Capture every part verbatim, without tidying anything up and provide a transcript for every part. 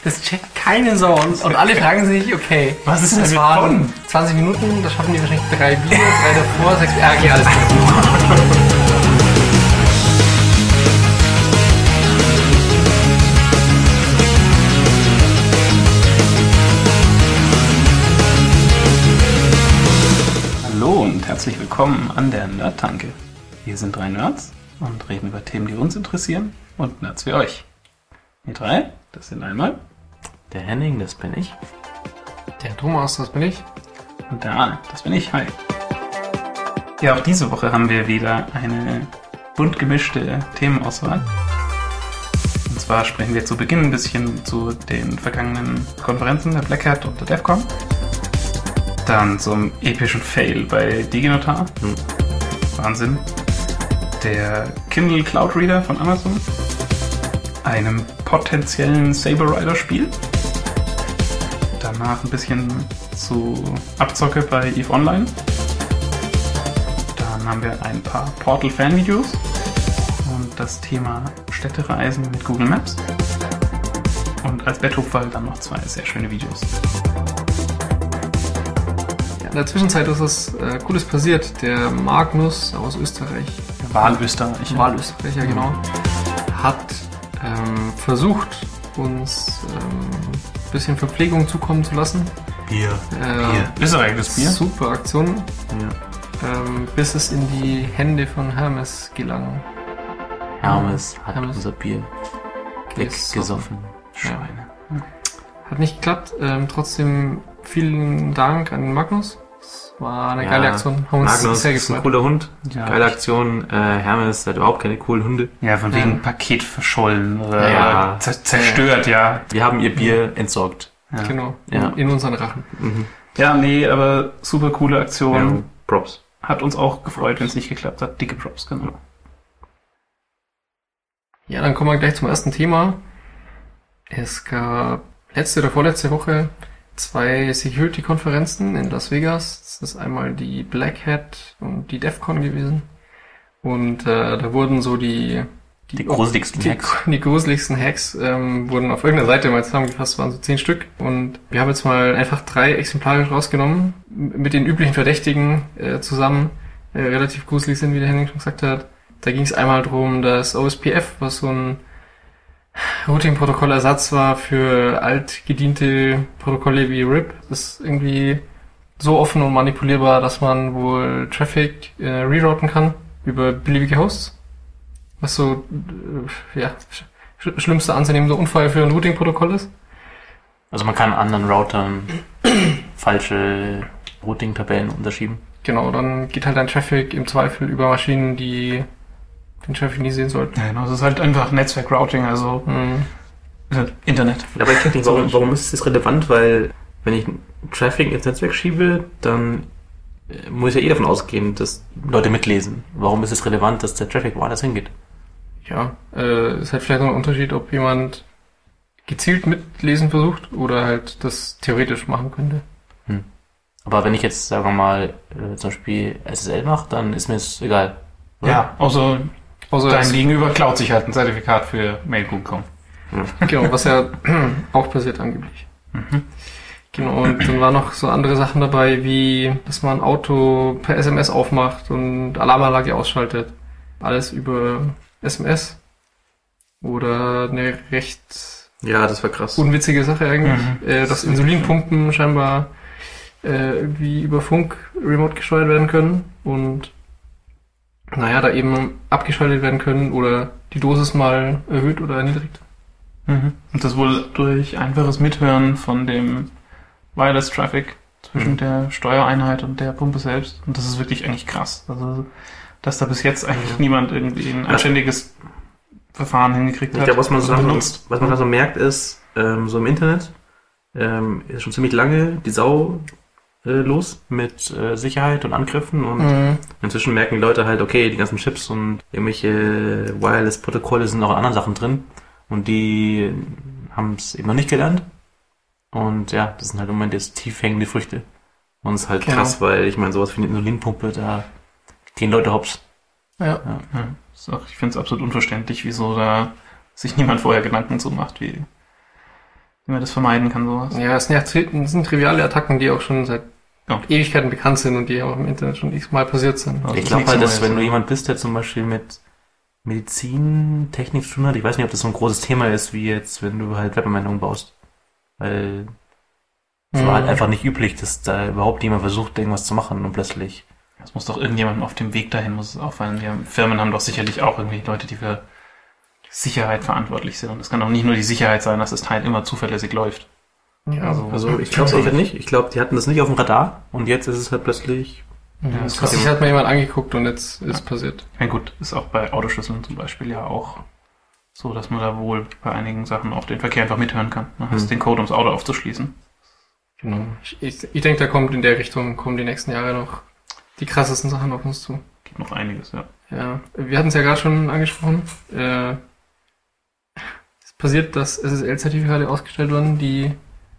Das checkt keine Sau. Und, und alle fragen sich, okay, was ist denn das mit waren Bonn? zwanzig Minuten, da schaffen die wahrscheinlich drei Bier, drei davor, sechs Bier. Ah, okay, alles klar. Hallo und herzlich willkommen an der Nerd-Tanke. Wir sind drei Nerds und reden über Themen, die uns interessieren und Nerds wie euch. Wir drei, das sind einmal der Henning, das bin ich. Der Thomas, das bin ich. Und der Arne, das bin ich. Hi. Ja, auch diese Woche haben wir wieder eine bunt gemischte Themenauswahl. Und zwar sprechen wir zu Beginn ein bisschen zu den vergangenen Konferenzen der Black Hat und der DEFCON. Dann zum epischen Fail bei DigiNotar. Hm. Wahnsinn. Der Kindle Cloud Reader von Amazon. Einem potenziellen Saber Rider Spiel. Danach ein bisschen zu Abzocke bei EVE Online. Dann haben wir ein paar Portal Fan Videos. Und das Thema Städtereisen mit Google Maps. Und als Betthupferl dann noch zwei sehr schöne Videos. In der Zwischenzeit ist was äh, Cooles passiert. Der Magnus aus Österreich, Wahlösterreicher, Wahlösterreicher mhm. genau, hat ähm, versucht, uns ähm, ein bisschen Verpflegung zukommen zu lassen. Bier. Äh, Bier. Österreichisches Bier. Super Aktion. Ja. Ähm, bis es in die Hände von Hermes gelang. Hermes hat Hermes. unser Bier weggesoffen. Schweine. Ja. Hat nicht geklappt. Ähm, trotzdem vielen Dank an Magnus. Es war eine Ja, geile Aktion. Haben uns Magnus sehr ist ein gefreut. cooler Hund. Ja. Geile Aktion. Äh, Hermes hat überhaupt keine coolen Hunde. Ja, von wegen Ja. Paket verschollen oder Ja. zer- zerstört, ja. Wir haben ihr Bier entsorgt. Ja. Genau. Ja. In, in unseren Rachen. Mhm. Ja, nee, aber super coole Aktion. Ja, Props. Hat uns auch gefreut, wenn es nicht geklappt hat. Dicke Props, genau. Ja, dann kommen wir gleich zum ersten Thema. Es gab letzte oder vorletzte Woche zwei Security-Konferenzen in Las Vegas. Das ist einmal die Black Hat und die DEFCON gewesen. Und äh, da wurden so die Die gruseligsten die, Hacks. die gruseligsten Hacks ähm, wurden auf irgendeiner Seite mal zusammengefasst, waren so zehn Stück. Und wir haben jetzt mal einfach drei exemplarisch rausgenommen, m- mit den üblichen Verdächtigen äh, zusammen, äh, relativ gruselig sind, wie der Henning schon gesagt hat. Da ging es einmal drum, dass O S P F, was so ein Routing-Protokollersatz war für altgediente Protokolle wie R I P, ist irgendwie so offen und manipulierbar, dass man wohl Traffic äh, rerouten kann über beliebige Hosts. Was so, äh, ja, sch- schlimmste anzunehmende Unfall für ein Routing-Protokoll ist. Also man kann anderen Routern falsche Routing-Tabellen unterschieben. Genau, dann geht halt ein Traffic im Zweifel über Maschinen, die den Traffic nie sehen sollten. Ja, genau, das ist halt einfach Netzwerk-Routing, also Mhm. äh, Internet. Ja, aber ich denke nicht, warum, warum ist das relevant? Weil wenn ich Traffic ins Netzwerk schiebe, dann äh, muss ja eh davon ausgehen, dass Leute mitlesen. Warum ist es relevant, dass der Traffic woanders hingeht? Ja, äh, ist halt vielleicht noch ein Unterschied, ob jemand gezielt mitlesen versucht oder halt das theoretisch machen könnte. Aber wenn ich jetzt, sagen wir mal, äh, zum Beispiel S S L mache, dann ist mir es egal. oder? Ja, außer Also dein das, Gegenüber klaut sich halt ein Zertifikat für Mail Punkt com. genau, was ja auch passiert angeblich. Mhm. Genau, und dann waren noch so andere Sachen dabei, wie, dass man ein Auto per S M S aufmacht und Alarmanlage ausschaltet. Alles über S M S. Oder eine recht Ja, das war krass. unwitzige Sache eigentlich, Mhm. äh, dass Insulinpumpen scheinbar äh, irgendwie über Funk remote gesteuert werden können und naja, da eben abgeschaltet werden können oder die Dosis mal erhöht oder erniedrigt. Mhm. Und das wohl durch einfaches Mithören von dem Wireless Traffic zwischen Mhm. der Steuereinheit und der Pumpe selbst. Und das ist wirklich eigentlich krass. Also, dass da bis jetzt eigentlich Ja. niemand irgendwie ein anständiges Verfahren hingekriegt Ich hat. glaube, was man so oder benutzt, was man da so merkt, ist, ähm, so im Internet ähm, ist schon ziemlich lange die Sau äh, los mit äh, Sicherheit und Angriffen und Mhm. inzwischen merken die Leute halt, okay, die ganzen Chips und irgendwelche Wireless-Protokolle sind auch in anderen Sachen drin und die haben es eben noch nicht gelernt. Und ja, das sind halt im Moment jetzt tief hängende Früchte. Und es ist halt Genau. krass, weil ich meine, sowas wie eine Insulinpumpe, da gehen Leute hops. Ja. Ja, ist auch, ich finde es absolut unverständlich, wieso da sich niemand vorher Gedanken zu macht, wie wie man das vermeiden kann, sowas. Ja, es sind, ja, es sind triviale Attacken, die auch schon seit ja. Ewigkeiten bekannt sind und die auch im Internet schon x-mal passiert sind. Also ich glaube halt, dass wenn du jemand bist, der zum Beispiel mit Medizin, Technik zu tun hat, ich weiß nicht, ob das so ein großes Thema ist, wie jetzt, wenn du halt Webanwendungen baust. Weil es war halt einfach nicht üblich, dass da überhaupt jemand versucht, irgendwas zu machen und plötzlich. Es muss doch irgendjemandem auf dem Weg dahin, muss es auffallen. Die Firmen haben doch sicherlich auch irgendwie Leute, die für Sicherheit verantwortlich sind. Und es kann doch nicht nur die Sicherheit sein, dass das Teil immer zuverlässig läuft. Ja, also, also ich glaube es halt nicht. Ich glaube, die hatten das nicht auf dem Radar und jetzt ist es halt plötzlich... Ja, das hat sich halt mal jemand angeguckt und jetzt ist ja. passiert. Ja gut, ist auch bei Autoschlüsseln zum Beispiel ja auch so, dass man da wohl bei einigen Sachen auch den Verkehr einfach mithören kann. Man hast hm. den Code, ums Auto aufzuschließen. Genau. Ich, ich, ich denke, da kommt in der Richtung, kommen die nächsten Jahre noch die krassesten Sachen auf uns zu. Gibt noch einiges, ja. Ja, wir hatten es ja gerade schon angesprochen. Äh, es passiert, dass S S L-Zertifikate ausgestellt wurden, die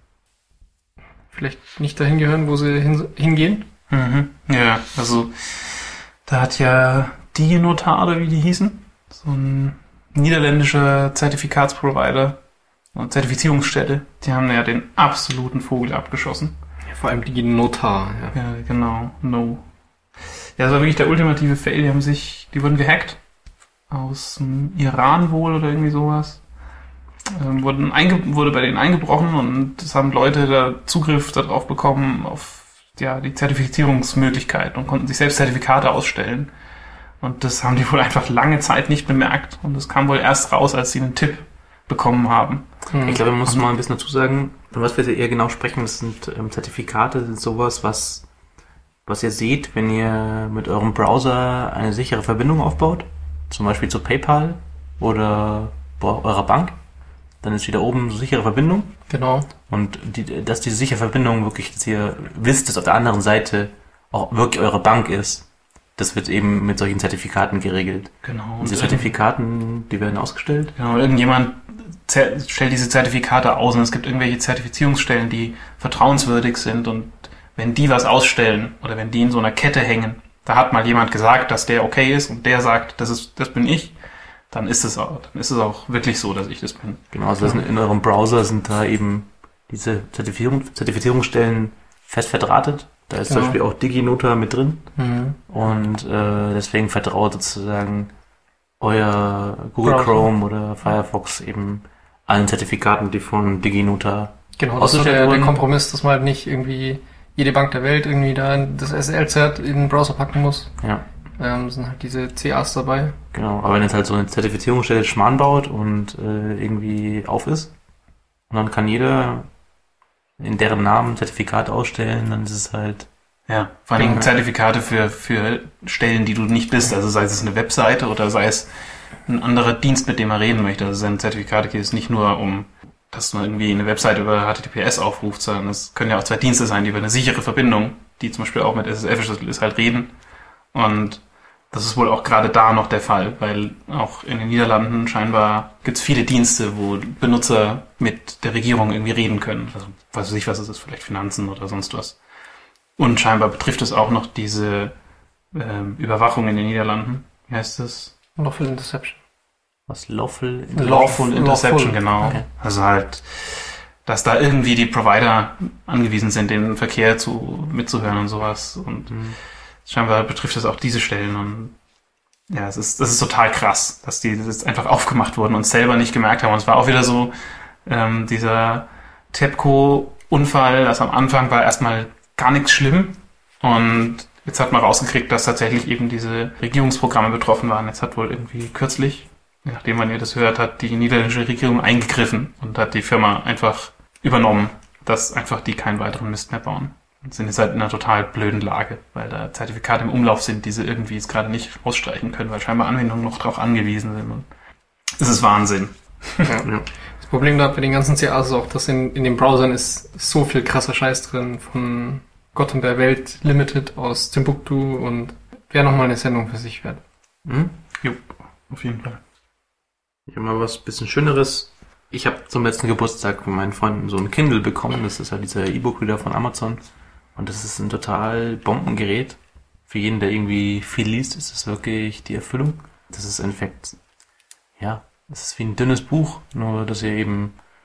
vielleicht nicht dahin gehören, wo sie hin, hingehen. Mhm. Ja, also da hat ja die Notare, wie die hießen, so ein niederländischer Zertifikatsprovider und Zertifizierungsstelle, die haben ja den absoluten Vogel abgeschossen. Ja, vor allem die Notar. Ja, ja genau, no. Ja, das war wirklich der ultimative Fail. Die haben sich, die wurden gehackt aus dem Iran wohl oder irgendwie sowas. Ähm, wurden einge- wurde bei denen eingebrochen und es haben Leute da Zugriff darauf bekommen, auf ja, die Zertifizierungsmöglichkeit und konnten sich selbst Zertifikate ausstellen. Und das haben die wohl einfach lange Zeit nicht bemerkt. Und das kam wohl erst raus, als sie einen Tipp bekommen haben. Ich glaube, man muss mal ein bisschen dazu sagen, von was wir eher genau sprechen, das sind ähm, Zertifikate, das sind sowas, was, was ihr seht, wenn ihr mit eurem Browser eine sichere Verbindung aufbaut, zum Beispiel zu PayPal oder eurer Bank. Dann ist wieder oben so sichere Verbindung. Genau. Und die, dass diese sichere Verbindung wirklich, dass ihr wisst, dass auf der anderen Seite auch wirklich eure Bank ist, das wird eben mit solchen Zertifikaten geregelt. Genau. Und diese Zertifikaten, die werden ausgestellt. Genau, irgendjemand zer- stellt diese Zertifikate aus und es gibt irgendwelche Zertifizierungsstellen, die vertrauenswürdig sind und wenn die was ausstellen oder wenn die in so einer Kette hängen, da hat mal jemand gesagt, dass der okay ist und der sagt, das ist, das bin ich, dann ist es auch, dann ist es auch wirklich so, dass ich das bin. Genau, also das sind in eurem Browser sind da eben diese Zertifizierung, Zertifizierungsstellen fest verdrahtet. Da ist genau. zum Beispiel auch DigiNotar mit drin. Mhm. Und äh, deswegen vertraut sozusagen euer Google Browser. Chrome oder Firefox eben allen Zertifikaten, die von DigiNotar genau, das ist der, der Kompromiss, dass man halt nicht irgendwie jede Bank der Welt irgendwie da das S S L-Zert in den Browser packen muss. Ja. Ähm, sind halt diese C As dabei. Genau, aber wenn jetzt halt so eine Zertifizierungsstelle Schmarrn baut und äh, irgendwie auf ist und dann kann jeder in deren Namen Zertifikate ausstellen, dann ist es halt... Ja, vor allen Dingen Zertifikate für, für Stellen, die du nicht bist, also sei es eine Webseite oder sei es ein anderer Dienst, mit dem man reden möchte. Also ein Zertifikat geht es nicht nur um, dass man irgendwie eine Webseite über H T T P S aufruft, sondern es können ja auch zwei Dienste sein, die über eine sichere Verbindung, die zum Beispiel auch mit S S L-Verschlüssel ist, halt reden. Und das ist wohl auch gerade da noch der Fall, weil auch in den Niederlanden scheinbar gibt es viele Dienste, wo Benutzer mit der Regierung irgendwie reden können. Also weiß ich, was es ist, vielleicht Finanzen oder sonst was. Und scheinbar betrifft es auch noch diese ähm, Überwachung in den Niederlanden. Wie heißt das? Lawful Interception. Was? Lawful Interception? Lawful Interception, genau. Okay. Also halt, dass da irgendwie die Provider angewiesen sind, den Verkehr zu mitzuhören und sowas. Und mhm. scheinbar betrifft es auch diese Stellen. Und ja, es ist, das ist total krass, dass die jetzt einfach aufgemacht wurden und selber nicht gemerkt haben. Und es war auch wieder so ähm, dieser TEPCO-Unfall, das am Anfang war erstmal gar nichts schlimm. Und jetzt hat man rausgekriegt, dass tatsächlich eben diese Regierungsprogramme betroffen waren. Jetzt hat wohl irgendwie kürzlich, nachdem man ja das hört, hat die niederländische Regierung eingegriffen und hat die Firma einfach übernommen, dass einfach die keinen weiteren Mist mehr bauen. Und sind jetzt halt in einer total blöden Lage, weil da Zertifikate im Umlauf sind, die sie irgendwie jetzt gerade nicht ausstreichen können, weil scheinbar Anwendungen noch darauf angewiesen sind. Und es ist Wahnsinn. Ja, ja. Das Problem da bei den ganzen C As ist auch, dass in, in den Browsern ist so viel krasser Scheiß drin, von Gott und der Welt Limited aus Timbuktu und wäre nochmal eine Sendung für sich wert. Mhm. Jo, auf jeden Fall. Ich habe mal was bisschen Schöneres. Ich habe zum letzten Geburtstag von meinen Freunden so ein Kindle bekommen. Das ist ja dieser E-Book-Reader von Amazon. Und das ist ein total Bombengerät. Für jeden, der irgendwie viel liest, ist das wirklich die Erfüllung. Das ist im Endeffekt, ja, das ist wie ein dünnes Buch, nur dass ihr eben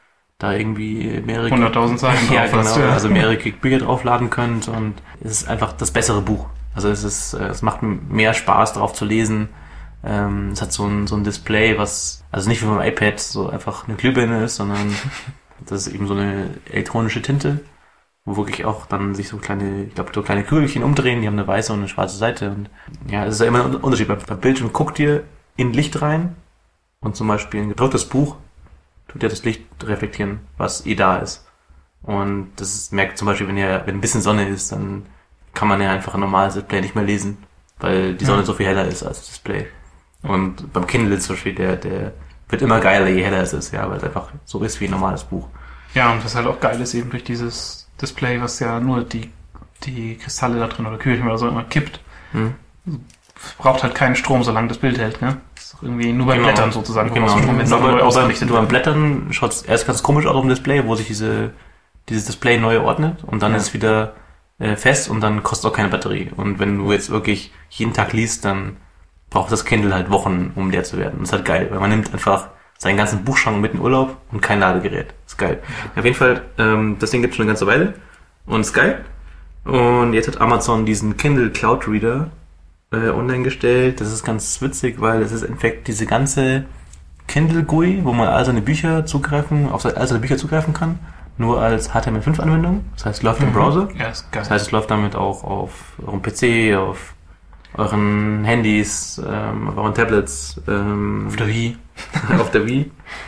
da irgendwie mehrere hunderttausend Seiten ja, drauf genau, hast, ja. also mehrere Bücher draufladen könnt und es ist einfach das bessere Buch. Also es ist, es macht mehr Spaß drauf zu lesen. Ähm, es hat so ein, so ein Display, was, also nicht wie beim iPad so einfach eine Glühbirne ist, sondern das ist eben so eine elektronische Tinte, wo wirklich auch dann sich so kleine, ich glaube, so kleine Kügelchen umdrehen, die haben eine weiße und eine schwarze Seite und ja, es ist ja immer ein Unterschied. Beim Bildschirm guckt ihr in Licht rein und zum Beispiel ein gedrucktes Buch tut ja das Licht reflektieren, was eh da ist. Und das ist, merkt zum Beispiel, wenn ihr, wenn ein bisschen Sonne ist, dann kann man ja einfach ein normales Display nicht mehr lesen, weil die Sonne ja. so viel heller ist als das Display. Und beim Kindle zum Beispiel, der, der wird immer geiler, je heller es ist, ja, weil es einfach so ist wie ein normales Buch. Ja, und was halt auch geil ist eben durch dieses Display, was ja nur die, die Kristalle da drin oder Kügelchen oder so immer kippt. Hm. Es braucht halt keinen Strom, solange das Bild hält, ne? Das ist doch irgendwie nur beim genau. Blättern sozusagen. Genau. Strom, wenn aber, neu aber ausgerichtet beim Blättern schaut es erst ganz komisch aus auf dem Display, wo sich diese, dieses Display neu ordnet und dann ja. ist es wieder äh, fest und dann kostet auch keine Batterie. Und wenn du jetzt wirklich jeden Tag liest, dann braucht das Kindle halt Wochen, um leer zu werden. Das ist halt geil, weil man nimmt einfach seinen ganzen Buchschrank mit in Urlaub und kein Ladegerät. Das ist geil. Ja. Auf jeden Fall, ähm, das Ding gibt es schon eine ganze Weile und ist geil. Und jetzt hat Amazon diesen Kindle Cloud Reader äh, online gestellt. Das ist ganz witzig, weil das ist in fact diese ganze Kindle G U I, wo man all seine Bücher zugreifen, auf all seine Bücher zugreifen kann, nur als H T M L fünf Anwendung. Das heißt, es läuft mhm. im Browser. Ja, ist geil. Das heißt, es läuft damit auch auf eurem P C, auf euren Handys, ähm, auf euren Tablets, ähm, auf der Wii. auf der Wii.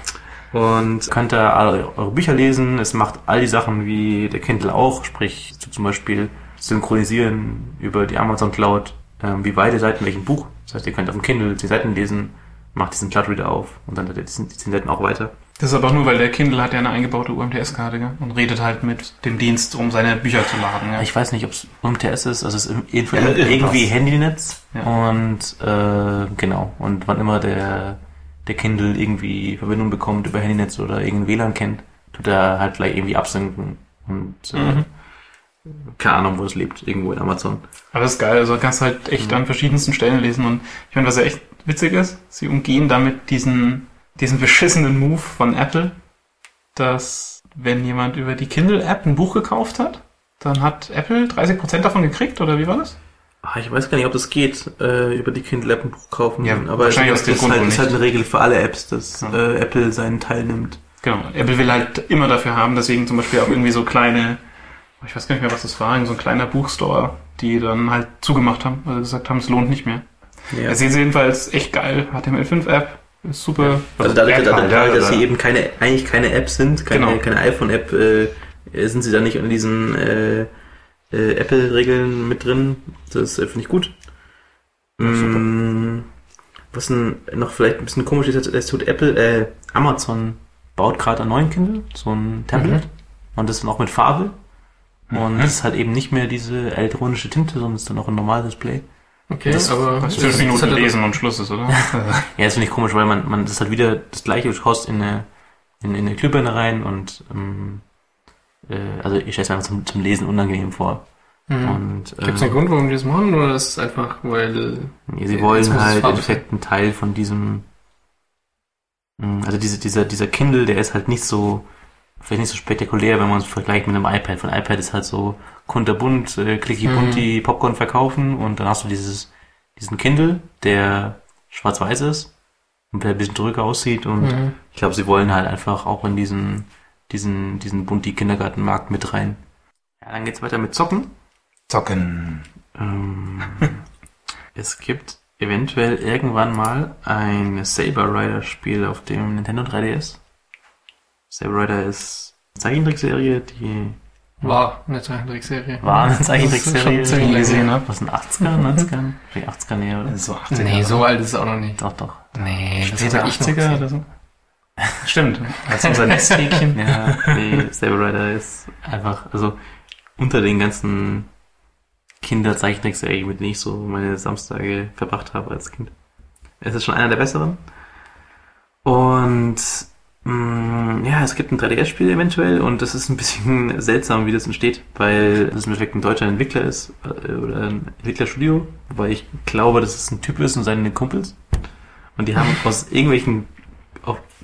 Und könnt da alle eure Bücher lesen. Es macht all die Sachen wie der Kindle auch, sprich zum Beispiel synchronisieren über die Amazon Cloud, ähm, wie weit ihr seid in welchem Buch. Das heißt, ihr könnt auf dem Kindle die Seiten lesen, macht diesen Cloud Reader auf und dann die zehn Seiten auch weiter. Das ist aber auch nur, weil der Kindle hat ja eine eingebaute U M T S-Karte, gell? Und redet halt mit dem Dienst, um seine Bücher zu laden. Ja? Ich weiß nicht, ob es U M T S ist, also es ist irgendwie, ja, irgendwie Handynetz ja. und äh, genau. Und wann immer der der Kindle irgendwie Verbindung bekommt über Handynetz oder irgendein W L A N kennt, tut er halt gleich irgendwie absinken und äh, mhm. keine Ahnung, wo es lebt, irgendwo in Amazon. Aber das ist geil, also kannst halt echt mhm. an verschiedensten Stellen lesen und ich meine, was ja echt witzig ist, sie umgehen damit diesen diesen beschissenen Move von Apple, dass wenn jemand über die Kindle-App ein Buch gekauft hat, dann hat Apple dreißig Prozent davon gekriegt, oder wie war das? Ach, ich weiß gar nicht, ob das geht, äh, über die Kindle-App ein Buch kaufen. Ja, aber es ist, ist, halt, ist halt eine Regel für alle Apps, dass ja. äh, Apple seinen Teil nimmt. Genau, Apple will halt immer dafür haben, deswegen zum Beispiel auch irgendwie so kleine, ich weiß gar nicht mehr, was das war, so ein kleiner Buchstore, die dann halt zugemacht haben, weil sie gesagt haben, es lohnt nicht mehr. Ja. Es ist jedenfalls echt geil, H T M L fünf App. Ist super. Ja. Also dadurch, dadurch, dadurch dass sie eben keine, eigentlich keine App sind, keine, genau. keine iPhone-App, äh, sind sie da nicht unter diesen äh, äh, Apple-Regeln mit drin. Das äh, finde ich gut. Mm, was ein, noch vielleicht ein bisschen komisch ist, das tut Apple, äh, Amazon baut gerade einen neuen Kindle, so ein Tablet. Mhm. Und das dann auch mit Farbe. Und mhm. das ist halt eben nicht mehr diese elektronische Tinte, sondern ist dann auch ein normales Display. Okay, das, aber das fünf Minuten lesen und Schluss ist, oder? Ja, das finde ich komisch, weil man, man, das ist halt wieder das gleiche, du schaust in eine, in, in eine Glühbirne rein und, ähm, äh, also ich stelle es mir einfach zum, zum Lesen unangenehm vor. Mhm. Und, äh, gibt es einen Grund, warum die das machen, oder ist es einfach, weil... Ja, sie wollen halt im Endeffekt einen Teil von diesem, also diese, dieser, dieser Kindle, der ist halt nicht so, vielleicht nicht so spektakulär, wenn man es vergleicht mit einem iPad. Von iPad ist halt so kunterbunt, äh, clicky bunti, mhm. Popcorn verkaufen und dann hast du dieses diesen Kindle, der schwarz-weiß ist und der ein bisschen drüber aussieht und mhm. ich glaube, sie wollen halt einfach auch in diesen diesen diesen bunti Kindergartenmarkt mit rein. Ja, dann geht's weiter mit Zocken. Zocken. Ähm, es gibt eventuell irgendwann mal ein Saber Rider Spiel auf dem Nintendo drei D S. Saber Rider ist eine Zeichentrickserie, die war eine Zeichentrickserie. War eine Zeichentrickserie, die ich gesehen habe. Was, in achtziger, neunziger? Vielleicht achtziger näher, oder? So achtziger. Nee, so alt ist es auch noch nicht. Doch, doch. Nee, das ist achtziger oder so. Stimmt. Als unser Nesthäkchen. Ja, nee, Saber Rider ist einfach, also unter den ganzen Kinder-Zeichentrickserien, mit denen ich so meine Samstage verbracht habe als Kind. Es ist schon einer der besseren. Und ja, es gibt ein drei D S-Spiel eventuell und das ist ein bisschen seltsam, wie das entsteht, weil das im Endeffekt ein deutscher Entwickler ist oder ein Entwicklerstudio, wobei ich glaube, dass es ein Typ ist und seine Kumpels und die haben aus irgendwelchen, auch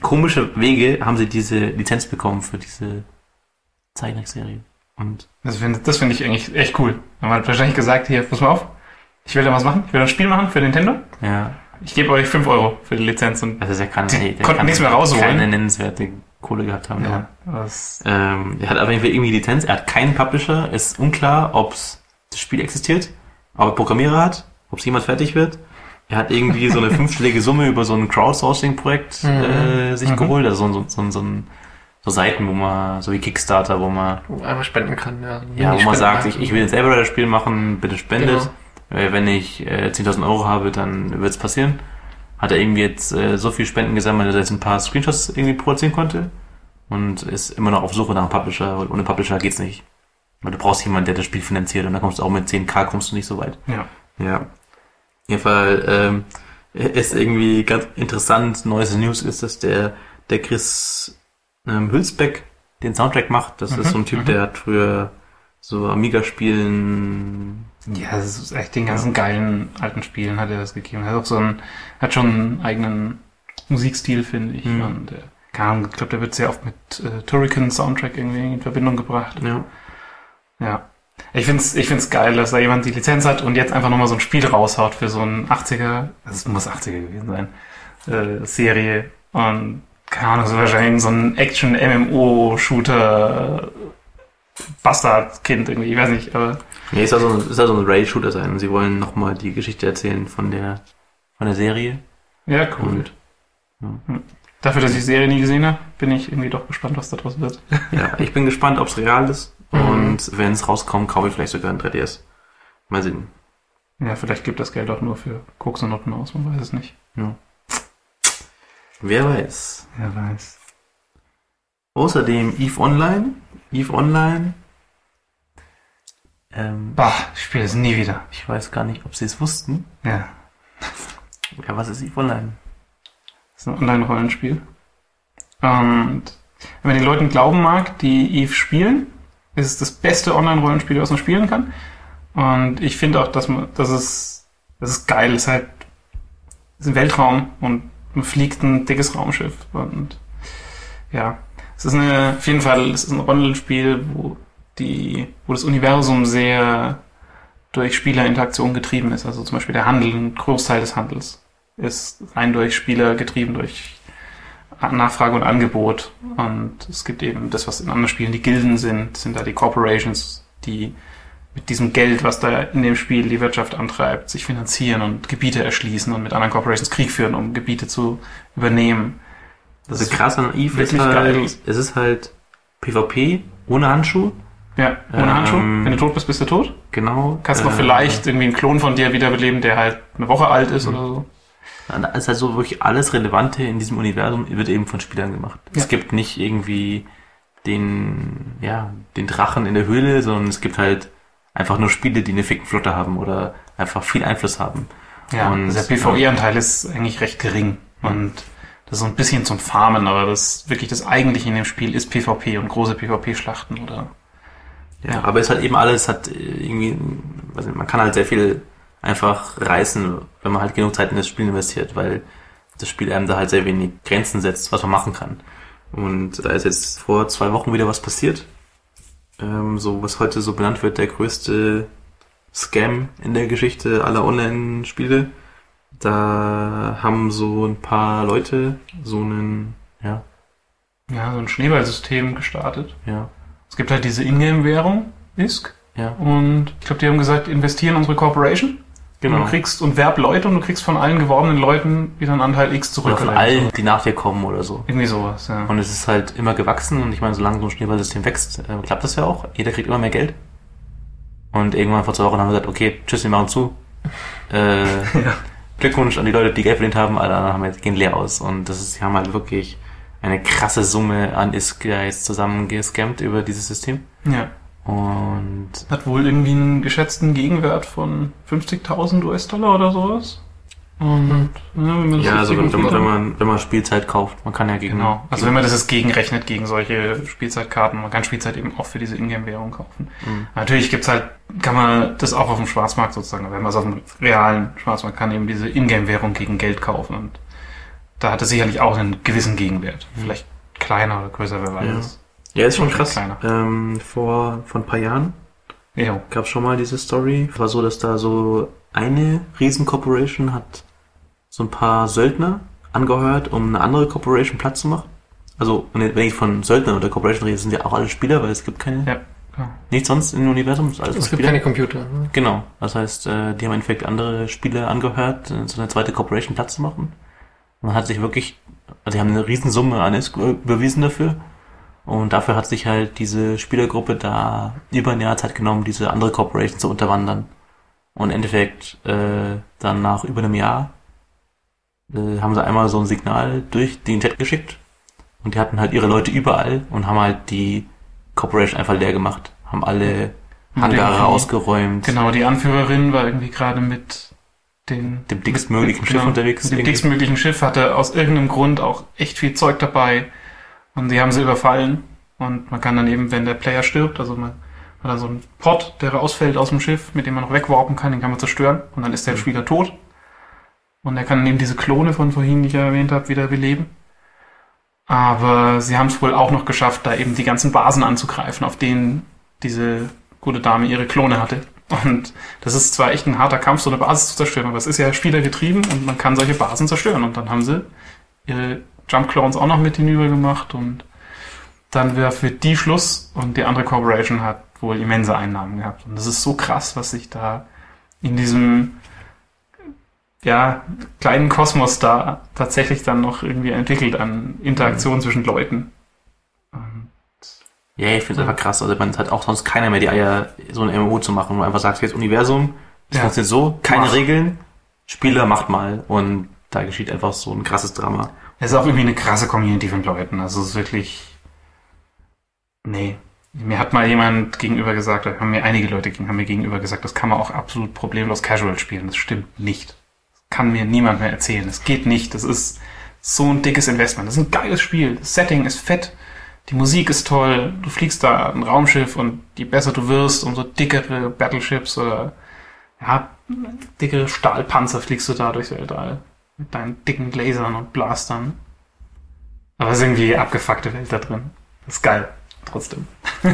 komische Wege haben sie diese Lizenz bekommen für diese Zeichentrickserie. Und das finde das find ich eigentlich echt cool. Man hat wahrscheinlich gesagt, hier, pass mal auf, ich will da was machen, ich will ein Spiel machen für Nintendo. ja, Ich gebe euch fünf Euro für die Lizenz und das ist ja keine, Die der konnten kann nichts mehr rausholen. keine nennenswerte Kohle gehabt haben. ja, das, Ähm, er hat auf jeden Fall irgendwie Lizenz, er hat keinen Publisher, ist unklar, ob das Spiel existiert, ob er Programmierer hat, ob es jemand fertig wird. Er hat irgendwie so eine fünfstellige Summe über so ein Crowdsourcing-Projekt äh, sich Mhm. geholt, also so, so, so, so, ein, so Seiten, wo man, so wie Kickstarter, wo man, Wo man einfach spenden kann, ja. ja, wo man Spenden sagt, kann. ich, ich will jetzt selber das Spiel machen, bitte spendet. Genau. Äh, wenn ich äh, zehntausend Euro habe, dann wird's passieren. Hat er irgendwie jetzt äh, so viel Spenden gesammelt, dass er jetzt ein paar Screenshots irgendwie produzieren konnte und ist immer noch auf Suche nach einem Publisher, weil ohne Publisher geht's nicht. Weil du brauchst jemanden, der das Spiel finanziert und dann kommst du auch mit zehn K kommst du nicht so weit. ja. Ja. Auf jeden Fall ähm, ist irgendwie ganz interessant, neues News ist, dass der, der Chris ähm, Hülsbeck den Soundtrack macht. Das Mhm, ist so ein Typ, mhm. der hat früher so Amiga-Spielen. Ja, das ist echt den ganzen geilen alten Spielen hat er das gegeben. Er hat auch so einen, hat schon einen eigenen Musikstil, finde ich. Mhm. Und äh, keine Ahnung, ich glaube, der wird sehr oft mit äh, Turrican Soundtrack irgendwie in Verbindung gebracht. Ja. Ja. Ich find's, ich find's geil, dass da jemand die Lizenz hat und jetzt einfach nochmal so ein Spiel raushaut für so ein achtziger, das muss achtziger gewesen sein, äh, Serie. Und keine Ahnung, so wahrscheinlich so ein Action-M M O-Shooter Bastard-Kind irgendwie, ich weiß nicht, aber Nee, es soll so ein, es soll so ein Rail-Shooter sein und sie wollen nochmal die Geschichte erzählen von der, von der Serie. ja, cool. Und, Hm. Dafür, dass ich die Serie nie gesehen habe, bin ich irgendwie doch gespannt, was da draus wird. ja, ich bin gespannt, ob es real ist. Mhm. Und wenn es rauskommt, kaufe ich vielleicht sogar ein drei D S. Mal sehen. Ja, vielleicht gibt das Geld auch nur für Koks und Noten aus, man weiß es nicht. Ja. Wer weiß. Wer weiß. Außerdem EVE Online. EVE Online. Ähm, Bah, ich spiele es nie wieder. ich weiß gar nicht, ob sie es wussten. Ja, Ja, was ist EVE Online? das ist ein Online-Rollenspiel. Und wenn man den Leuten glauben mag, die EVE spielen, ist es das beste Online-Rollenspiel, was man spielen kann. Und ich finde auch, dass man, dass es, das ist geil, es ist halt, es ist ein Weltraum und man fliegt ein dickes Raumschiff und ja, es ist eine, auf jeden Fall, es ist ein Rollenspiel, wo die, wo das Universum sehr durch Spielerinteraktion getrieben ist. Also zum Beispiel der Handel, ein Großteil des Handels ist rein durch Spieler getrieben, durch Nachfrage und Angebot. Und es gibt eben das, was in anderen Spielen die Gilden sind, sind da die Corporations, die mit diesem Geld, was da in dem Spiel die Wirtschaft antreibt, sich finanzieren und Gebiete erschließen und mit anderen Corporations Krieg führen, um Gebiete zu übernehmen. Das ist krass an EVE ist wirklich geil. halt, es ist halt PvP ohne Handschuh. Ja, ohne Ähm, Handschuh. Wenn du tot bist, bist du tot. Genau. Kannst noch äh, vielleicht irgendwie einen Klon von dir wiederbeleben, der halt eine Woche alt ist oder so. Da ist halt so wirklich alles Relevante in diesem Universum wird eben von Spielern gemacht. Ja. Es gibt nicht irgendwie den, ja, den Drachen in der Höhle, sondern es gibt halt einfach nur Spiele, die eine ficken Flotte haben oder einfach viel Einfluss haben. Ja, Und, also der PvE-Anteil ist eigentlich recht gering. Und das ist so ein bisschen zum Farmen, aber das wirklich das Eigentliche in dem Spiel ist PvP und große PvP-Schlachten oder. Ja, Ja. aber es hat eben alles, hat irgendwie, weiß nicht, man kann halt sehr viel einfach reißen, wenn man halt genug Zeit in das Spiel investiert, weil das Spiel einem da halt sehr wenig Grenzen setzt, was man machen kann. Und da ist jetzt vor zwei Wochen wieder was passiert. Ähm, so, was heute so benannt wird, der größte Scam in der Geschichte aller Online-Spiele. Da haben so ein paar Leute so einen, ja, Ja, so ein Schneeballsystem gestartet. ja, Es gibt halt diese Ingame-Währung, I S K. ja, Und ich glaube, die haben gesagt, investieren in unsere Corporation. genau. Und du kriegst und werb Leute und du kriegst von allen geworbenen Leuten wieder einen Anteil X zurück. Oder von oder allen, so. die nach dir kommen oder so. Irgendwie sowas, ja. Und es ist halt immer gewachsen und ich meine, solange so ein Schneeballsystem wächst, äh, klappt das ja auch. Jeder kriegt immer mehr Geld. Und irgendwann vor zwei Wochen haben wir gesagt, okay, tschüss, wir machen zu. Äh, Ja. Glückwunsch an die Leute, die Geld verdient haben, alle anderen haben jetzt, gehen leer aus. Und das ist, die haben halt wirklich eine krasse Summe an I S K jetzt zusammen gescammt über dieses System. Ja. Und Hat wohl irgendwie einen geschätzten Gegenwert von fünfzigtausend U S-Dollar oder sowas. Und ja, wenn man das ja, jetzt also wenn, irgendwie- wenn, wenn man wenn man Spielzeit kauft, man kann ja gegen... Genau. Also gegen, wenn man das jetzt gegenrechnet gegen solche Spielzeitkarten, man kann Spielzeit eben auch für diese Ingame-Währung kaufen. Mhm. Natürlich gibt's halt, kann man das auch auf dem Schwarzmarkt sozusagen, wenn man es auf dem realen Schwarzmarkt kann, eben diese Ingame-Währung gegen Geld kaufen. Und da hat es sicherlich auch einen gewissen Gegenwert. Vielleicht kleiner oder größer, wer weiß. Ja, ja ist schon krass. Kleiner. Ähm, vor, vor ein paar Jahren Ja. gab es schon mal diese Story. War so, dass da so eine Riesen-Corporation hat so ein paar Söldner angeheuert, um eine andere Corporation Platz zu machen. Also, wenn ich von Söldnern oder Corporation rede, sind ja auch alle Spieler, weil es gibt keine, Ja. Ja. nichts sonst im Universum. Es, alles Es gibt Spieler. keine Computer. Ne? Genau. Das heißt, äh, die haben im Endeffekt andere Spieler angehört, so eine zweite Corporation Platz zu machen. Man hat sich wirklich, also die haben eine Riesensumme an es überwiesen dafür. Und dafür hat sich halt diese Spielergruppe da über ein Jahr Zeit genommen, diese andere Corporation zu unterwandern. Und im Endeffekt, äh, dann nach über einem Jahr, äh, haben sie einmal so ein Signal durch den Chat geschickt. Und die hatten halt ihre Leute überall und haben halt die Corporation einfach leer gemacht. Haben alle Hangare irgendwie- ausgeräumt. Genau, die Anführerin war irgendwie gerade mit den, Dem dickstmöglichen mit, Schiff genau, unterwegs. Mit dem irgendwie. dickstmöglichen Schiff, hatte aus irgendeinem Grund auch echt viel Zeug dabei. Und die haben sie überfallen. Und man kann dann eben, wenn der Player stirbt, also man hat dann so einen Pod, der ausfällt aus dem Schiff, mit dem man noch wegwarpen kann, den kann man zerstören. Und dann ist der Spieler tot. Und er kann eben diese Klone von vorhin, die ich ja erwähnt habe, wieder beleben. Aber sie haben es wohl auch noch geschafft, da eben die ganzen Basen anzugreifen, auf denen diese gute Dame ihre Klone hatte. Und das ist zwar echt ein harter Kampf, so eine Basis zu zerstören, aber es ist ja spielergetrieben und man kann solche Basen zerstören. Und dann haben sie ihre Jump Clones auch noch mit hinüber gemacht und dann war für die Schluss und die andere Corporation hat wohl immense Einnahmen gehabt. Und das ist so krass, was sich da in diesem ja, kleinen Kosmos da tatsächlich dann noch irgendwie entwickelt an Interaktion mhm. zwischen Leuten. Und Ja, ich finde es einfach krass. Also man hat auch sonst keiner mehr die Eier, so ein M M O zu machen, wo man einfach sagt, jetzt Universum, das Ja. funktioniert so, keine Mach. Regeln, Spieler macht mal. Und da geschieht einfach so ein krasses Drama. es ist auch irgendwie eine krasse Community von Leuten. Also es ist wirklich... Nee. Mir hat mal jemand gegenüber gesagt, da haben mir einige Leute haben mir gegenüber gesagt, das kann man auch absolut problemlos casual spielen. Das stimmt nicht. Das kann mir niemand mehr erzählen. Das geht nicht. Das ist so ein dickes Investment. Das ist ein geiles Spiel. Das Setting ist fett. Die Musik ist toll. Du fliegst da ein Raumschiff und je besser du wirst, umso dickere Battleships oder ja, dickere Stahlpanzer fliegst du da durchs Weltall. Mit deinen dicken Lasern und Blastern. Aber es ist irgendwie eine abgefuckte Welt da drin. Das ist geil. Trotzdem.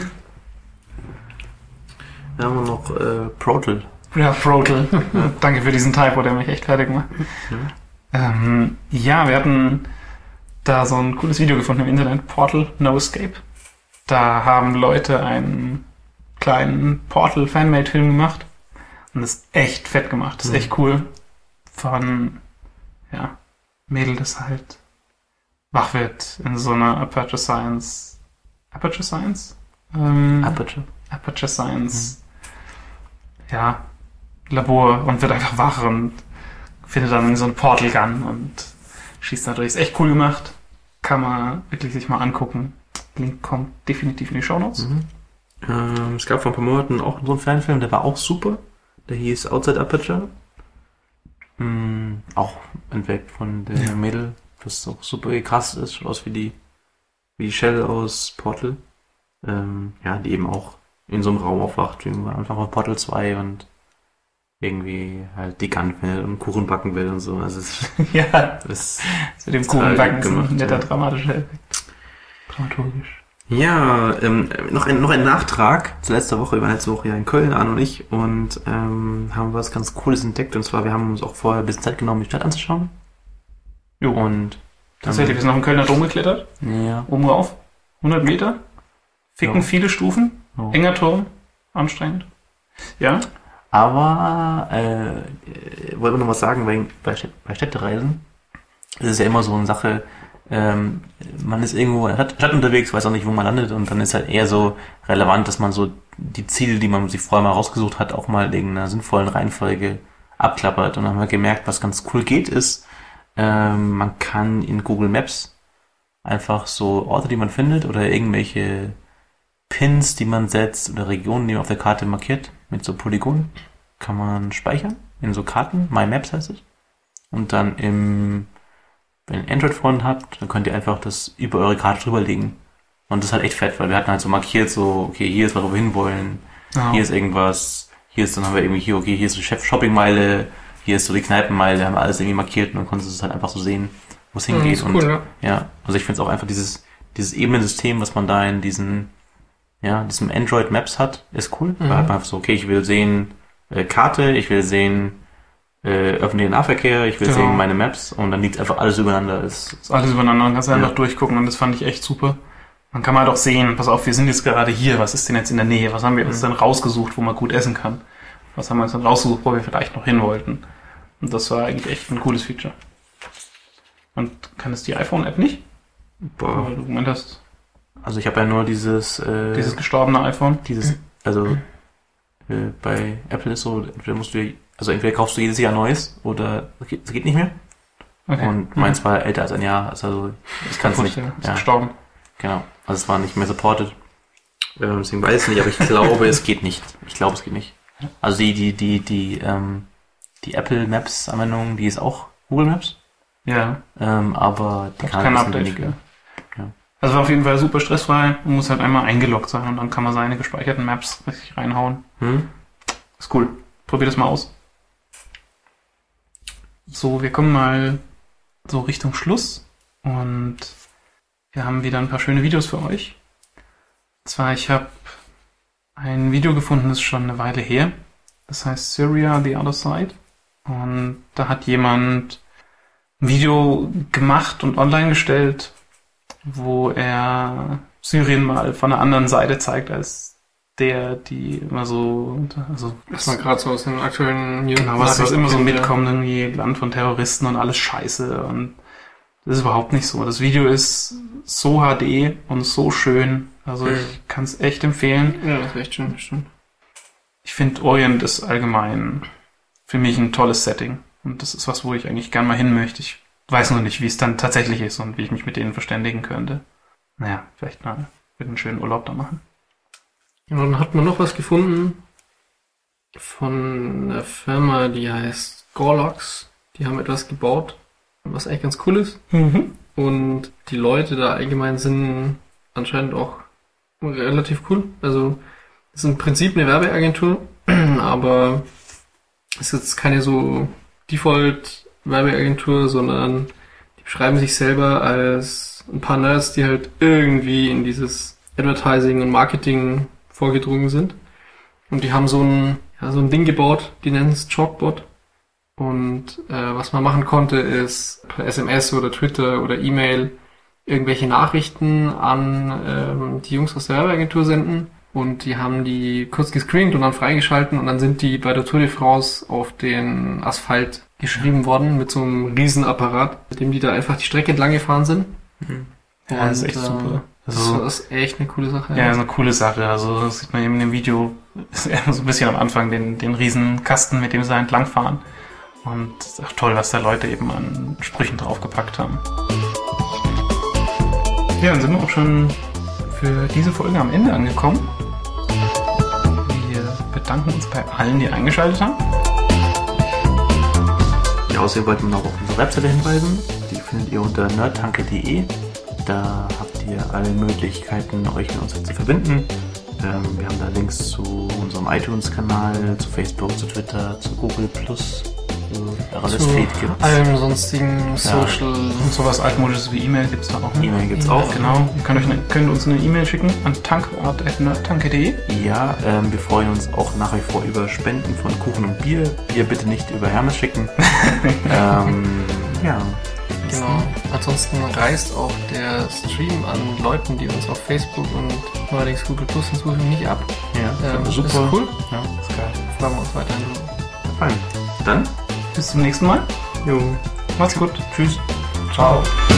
Dann haben wir noch äh, Protel. Ja, Protel. Danke für diesen Typo, der mich echt fertig macht. Ja. Ähm, ja, wir hatten da so ein cooles Video gefunden im Internet. Portal No Escape. Da haben Leute einen kleinen Portal-Fanmade-Film gemacht. Und das ist echt fett gemacht. Das ist Mhm. echt cool. Von, ja, Mädel, das halt wach wird in so einer Aperture Science. Aperture Science? Ähm, Aperture. Aperture Science. Mhm. Ja, Labor und wird einfach wach und findet dann so ein Portal Gun und schießt da durch. Ist echt cool gemacht. Kann man wirklich sich mal angucken. Link kommt definitiv in die Shownotes. Mhm. Ähm, es gab vor ein paar Monaten auch so einen Fanfilm, der war auch super. Der hieß Outside Aperture. Mhm, auch entweckt von der Ja. Mädel, das auch super krass ist, schaut aus wie die, wie die Shell aus Portal. Ähm, ja, die eben auch in so einem Raum aufwacht, wie am Anfang von Portal zwei und irgendwie halt die Gun findet und Kuchen backen will und so. Also es Ja, ist das mit dem total Kuchenbacken ist gemacht, ein netter ja. dramatischer Effekt. Dramaturgisch. Ja, ähm, noch ein noch ein Nachtrag zu letzter Woche. Wir waren letzte Woche ja in Köln, Arne und ich, und ähm, haben was ganz Cooles entdeckt. Und zwar, wir haben uns auch vorher ein bisschen Zeit genommen, die Stadt anzuschauen. Jo. Und Tatsächlich, wir sind noch im Kölner Dom geklettert. ja, Oben rauf. hundert Meter. Ficken Ja. viele Stufen. Ja. Enger Turm. Anstrengend. Ja. aber äh, äh, wollte noch was sagen, weil bei, Städt- bei Städtereisen ist es ja immer so eine Sache, ähm, man ist irgendwo in der Stadt, Stadt unterwegs, weiß auch nicht, wo man landet, und dann ist halt eher so relevant, dass man so die Ziele, die man sich vorher mal rausgesucht hat, auch mal in irgendeiner sinnvollen Reihenfolge abklappert. Und dann haben wir gemerkt, was ganz cool geht, ist, ähm, man kann in Google Maps einfach so Orte, die man findet, oder irgendwelche Pins, die man setzt, oder Regionen, die man auf der Karte markiert, mit so Polygonen, kann man speichern in so Karten. My Maps heißt es. Und dann im, wenn ihr ein Android-Phone habt, dann könnt ihr einfach das über eure Karte drüberlegen. Und das ist halt echt fett, weil wir hatten halt so markiert, so, okay, hier ist, wo wir hinwollen, Ja. hier ist irgendwas, hier ist, dann haben wir irgendwie hier, okay, hier ist die Chef-Shopping-Meile, hier ist so die Kneipenmeile, haben wir alles irgendwie markiert, und dann konntest du es halt einfach so sehen, wo es hingeht. Mhm, ist cool, und, ja. ja, also ich finde es auch einfach dieses, dieses Ebenensystem, was man da in diesen, ja, diesem Android Maps hat, ist cool. Mhm. Da hat man einfach so, okay, ich will sehen äh, Karte, ich will sehen äh, öffentlichen Nahverkehr, ich will Genau. sehen meine Maps und dann liegt einfach alles übereinander. Ist, ist alles übereinander, man kann es Ja. einfach durchgucken und das fand ich echt super. Dann kann man halt auch sehen, pass auf, wir sind jetzt gerade hier, was ist denn jetzt in der Nähe, was haben wir uns Mhm. denn rausgesucht, wo man gut essen kann? Was haben wir uns dann rausgesucht, wo wir vielleicht noch hin wollten? Und das war eigentlich echt ein cooles Feature. Und kann es die iPhone-App nicht? boah, Weil du gemeint hast, also ich habe ja nur dieses, äh, dieses gestorbene iPhone. dieses, also äh, bei Apple ist so, entweder musst du, also entweder kaufst du jedes Jahr neues oder es geht, es geht nicht mehr. Okay. Und meins war älter als ein Jahr, also ich kann es nicht. Ja, ist Ja, gestorben. genau. Also es war nicht mehr supported. Ähm, deswegen weiß ich nicht, aber ich glaube, es geht nicht. Ich glaube, es geht nicht. Also die, die, die, die, ähm, die Apple Maps Anwendung, die ist auch Google Maps, Ja. ähm, aber die Gab's kann kein ein bisschen Update weniger. für. Ja. Also war auf jeden Fall super stressfrei. Man muss halt einmal eingeloggt sein und dann kann man seine gespeicherten Maps richtig reinhauen. Hm? Ist cool. Probier das mal aus. So, wir kommen mal so Richtung Schluss und wir haben wieder ein paar schöne Videos für euch. Und zwar, ich habe ein Video gefunden, das ist schon eine Weile her. Das heißt Syria, the Other Side. Und da hat jemand ein Video gemacht und online gestellt, wo er Syrien mal von einer anderen Seite zeigt, als der, die immer so, also Was man gerade so aus den aktuellen News genau, was, was immer so kennt, ja. mitkommt, irgendwie Land von Terroristen und alles Scheiße. Und das ist überhaupt nicht so. Das Video ist so H D und so schön. Also Mhm. ich kann es echt empfehlen. Ja, das ist echt schön, stimmt. Ich finde, Orient ist allgemein für mich ein tolles Setting. Und das ist was, wo ich eigentlich gern mal hin möchte. Ich weiß nur nicht, wie es dann tatsächlich ist und wie ich mich mit denen verständigen könnte. Naja, vielleicht mal einen schönen Urlaub da machen. Und dann hat man noch was gefunden von einer Firma, die heißt Gorlox. Die haben etwas gebaut, was eigentlich ganz cool ist. Mhm. Und die Leute da allgemein sind anscheinend auch relativ cool. Also es ist im Prinzip eine Werbeagentur, aber es ist jetzt keine so Default-Werbeagentur, sondern die beschreiben sich selber als ein paar Nerds, die halt irgendwie in dieses Advertising und Marketing vorgedrungen sind. Und die haben so ein, ja, so ein Ding gebaut, die nennen es Chalkbot. Und äh, was man machen konnte, ist per S M S oder Twitter oder E-Mail irgendwelche Nachrichten an ähm, die Jungs aus der Werbeagentur senden. Und die haben die kurz gescreent und dann freigeschalten und dann sind die bei der Tour de France auf den Asphalt geschrieben worden mit so einem Riesenapparat, mit dem die da einfach die Strecke entlang gefahren sind. Ja, das ist Und, echt äh, super. Das Also, ist echt eine coole Sache. ja, ist eine coole Sache. Also das sieht man eben in dem Video, ist eher so ein bisschen am Anfang den, den riesen Kasten, mit dem sie da entlangfahren. Und es ist auch toll, was da Leute eben an Sprüchen draufgepackt haben. Ja, dann sind wir auch schon für diese Folge am Ende angekommen. Wir bedanken uns bei allen, die eingeschaltet haben. Ja, außerdem wollten wir noch auf unsere Webseite hinweisen. Die findet ihr unter nerdtanke punkt de. Da habt ihr alle Möglichkeiten, euch mit uns zu verbinden. Ähm, wir haben da Links zu unserem iTunes-Kanal, zu Facebook, zu Twitter, zu Google Plus, äh, alles Zu Feed gibt's. allem sonstigen Social. Und sowas altmodisches wie E-Mail gibt es da auch. Ne? E-Mail gibt's Ja, auch. Genau, ihr könnt, euch eine, könnt uns eine E-Mail schicken an tankort at nerdtanke punkt de. Ja, ähm, wir freuen uns auch nach wie vor über Spenden von Kuchen und Bier. Bier bitte nicht über Hermes schicken. ähm, ja. Genau. Ansonsten reist auch der Stream an Leuten, die uns auf Facebook und neuerdings Google Plus hinzufügen, nicht ab. Ja, Ähm, super. Ist cool. Ja, Ist geil. Freuen wir uns weiterhin. fein. Dann, Bis zum nächsten Mal. jo, Macht's gut. tschüss. Ciao.